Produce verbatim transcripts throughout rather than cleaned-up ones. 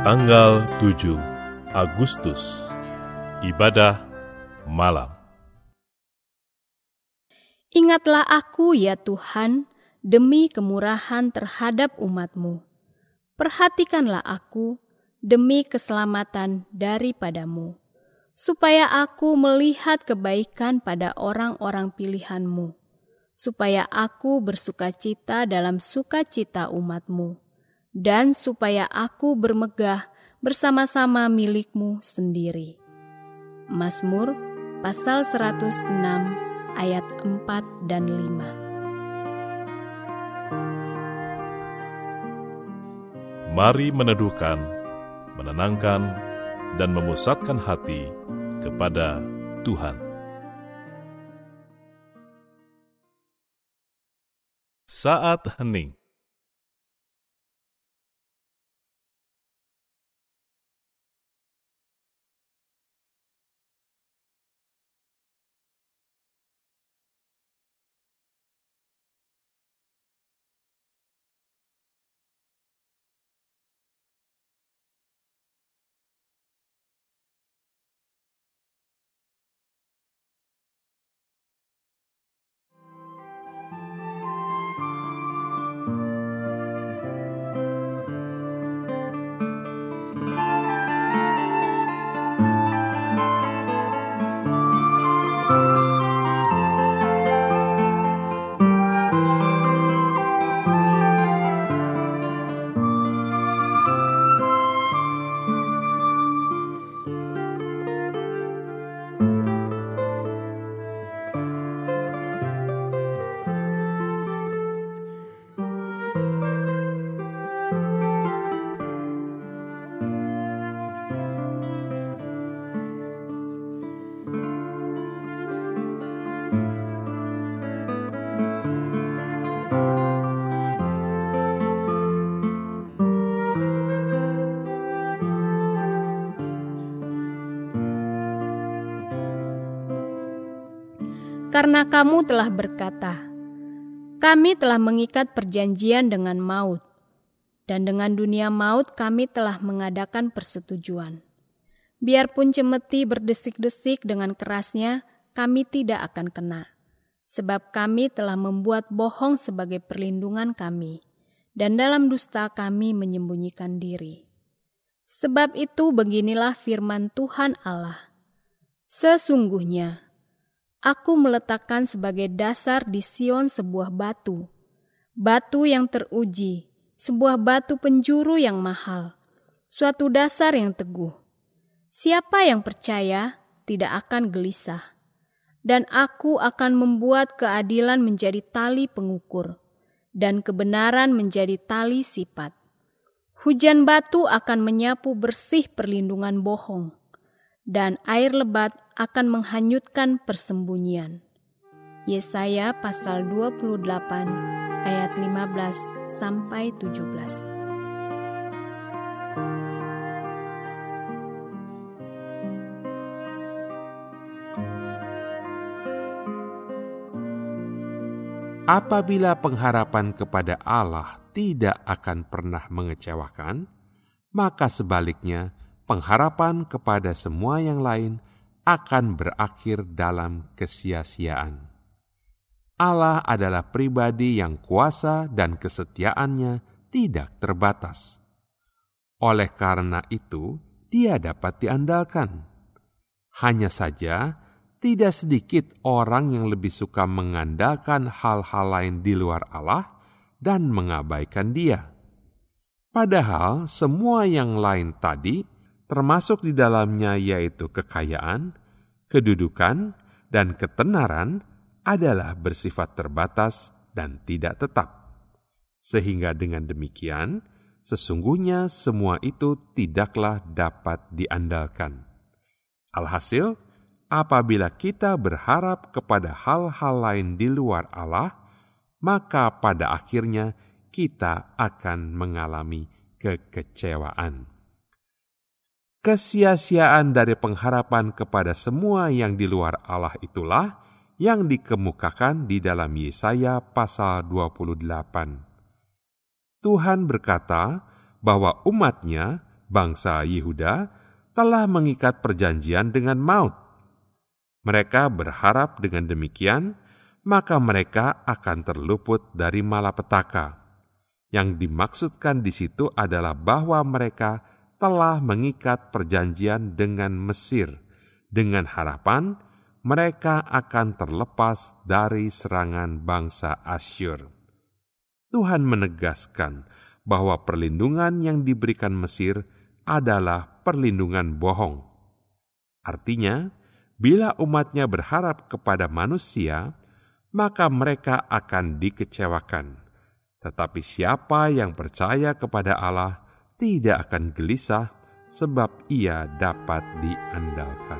Tanggal tujuh Agustus, ibadah malam. Ingatlah aku ya Tuhan, demi kemurahan terhadap umat-Mu. Perhatikanlah aku demi keselamatan daripadamu, supaya aku melihat kebaikan pada orang-orang pilihan-Mu, supaya aku bersukacita dalam sukacita umat-Mu, dan supaya aku bermegah bersama-sama milik-Mu sendiri. Mazmur pasal seratus enam ayat empat dan lima. Mari meneduhkan, menenangkan, dan memusatkan hati kepada Tuhan. Saat hening. Karena kamu telah berkata, kami telah mengikat perjanjian dengan maut, dan dengan dunia maut kami telah mengadakan persetujuan. Biarpun cemeti berdesik-desik dengan kerasnya, kami tidak akan kena, sebab kami telah membuat bohong sebagai perlindungan kami, dan dalam dusta kami menyembunyikan diri. Sebab itu beginilah firman Tuhan Allah, sesungguhnya aku meletakkan sebagai dasar di Sion sebuah batu, batu yang teruji, sebuah batu penjuru yang mahal, suatu dasar yang teguh. Siapa yang percaya tidak akan gelisah, dan aku akan membuat keadilan menjadi tali pengukur, dan kebenaran menjadi tali sipat. Hujan batu akan menyapu bersih perlindungan bohong, dan air lebat akan menghanyutkan persembunyian. Yesaya pasal dua puluh delapan ayat lima belas sampai tujuh belas. Apabila pengharapan kepada Allah tidak akan pernah mengecewakan, maka sebaliknya pengharapan kepada semua yang lain akan berakhir dalam kesia-siaan. Allah adalah pribadi yang kuasa dan kesetiaannya tidak terbatas. Oleh karena itu, Dia dapat diandalkan. Hanya saja, tidak sedikit orang yang lebih suka mengandalkan hal-hal lain di luar Allah dan mengabaikan Dia. Padahal semua yang lain tadi, termasuk di dalamnya yaitu kekayaan, kedudukan, dan ketenaran adalah bersifat terbatas dan tidak tetap. Sehingga dengan demikian, sesungguhnya semua itu tidaklah dapat diandalkan. Alhasil, apabila kita berharap kepada hal-hal lain di luar Allah, maka pada akhirnya kita akan mengalami kekecewaan. Kesia-siaan dari pengharapan kepada semua yang di luar Allah itulah yang dikemukakan di dalam Yesaya pasal dua puluh delapan. Tuhan berkata bahwa umat-Nya bangsa Yehuda telah mengikat perjanjian dengan maut. Mereka berharap dengan demikian, maka mereka akan terluput dari malapetaka. Yang dimaksudkan di situ adalah bahwa mereka telah mengikat perjanjian dengan Mesir, dengan harapan mereka akan terlepas dari serangan bangsa Asyur. Tuhan menegaskan bahwa perlindungan yang diberikan Mesir adalah perlindungan bohong. Artinya, bila umatnya berharap kepada manusia, maka mereka akan dikecewakan. Tetapi siapa yang percaya kepada Allah tidak akan gelisah, sebab ia dapat diandalkan.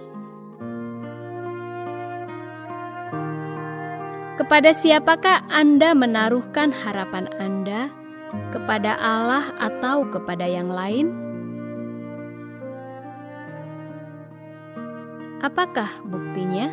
Kepada siapakah Anda menaruhkan harapan Anda? Kepada Allah atau kepada yang lain? Apakah buktinya?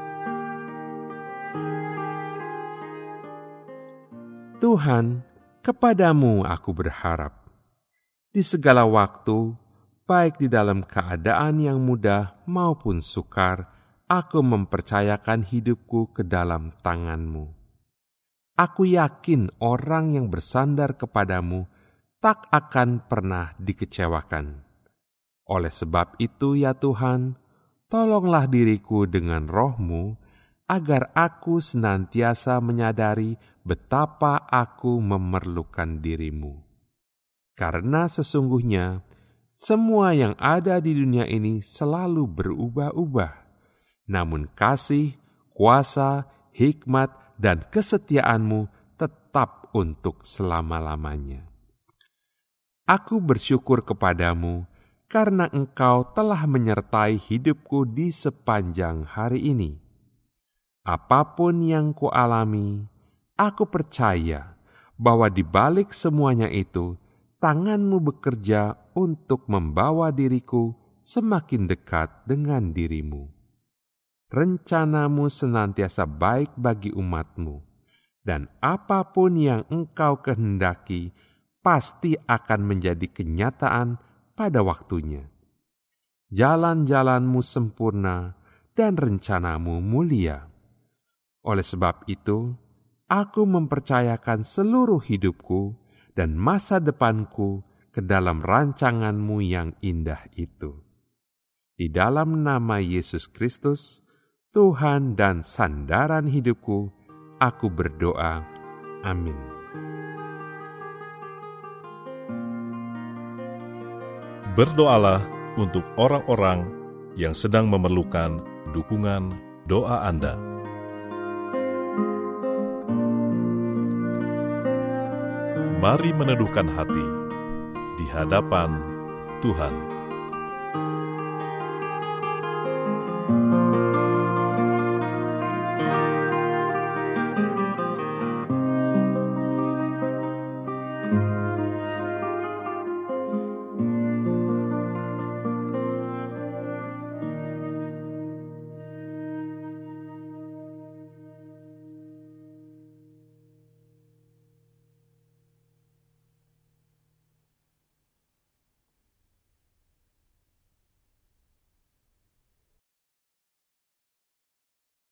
Tuhan, kepadamu aku berharap. Di segala waktu, baik di dalam keadaan yang mudah maupun sukar, aku mempercayakan hidupku ke dalam tangan-Mu. Aku yakin orang yang bersandar kepadamu tak akan pernah dikecewakan. Oleh sebab itu ya Tuhan, tolonglah diriku dengan Roh-Mu, agar aku senantiasa menyadari betapa aku memerlukan diri-Mu. Karena sesungguhnya, semua yang ada di dunia ini selalu berubah-ubah. Namun kasih, kuasa, hikmat, dan kesetiaan-Mu tetap untuk selama-lamanya. Aku bersyukur kepadamu karena Engkau telah menyertai hidupku di sepanjang hari ini. Apapun yang kualami, aku percaya bahwa di balik semuanya itu, tangan-Mu bekerja untuk membawa diriku semakin dekat dengan diri-Mu. Rencana-Mu senantiasa baik bagi umat-Mu, dan apapun yang Engkau kehendaki pasti akan menjadi kenyataan pada waktunya. Jalan-jalan-Mu sempurna dan rencana-Mu mulia. Oleh sebab itu, aku mempercayakan seluruh hidupku dan masa depanku ke dalam rancangan-Mu yang indah itu. Di dalam nama Yesus Kristus, Tuhan dan sandaran hidupku, aku berdoa. Amin. Berdoalah untuk orang-orang yang sedang memerlukan dukungan doa Anda. Mari meneduhkan hati di hadapan Tuhan.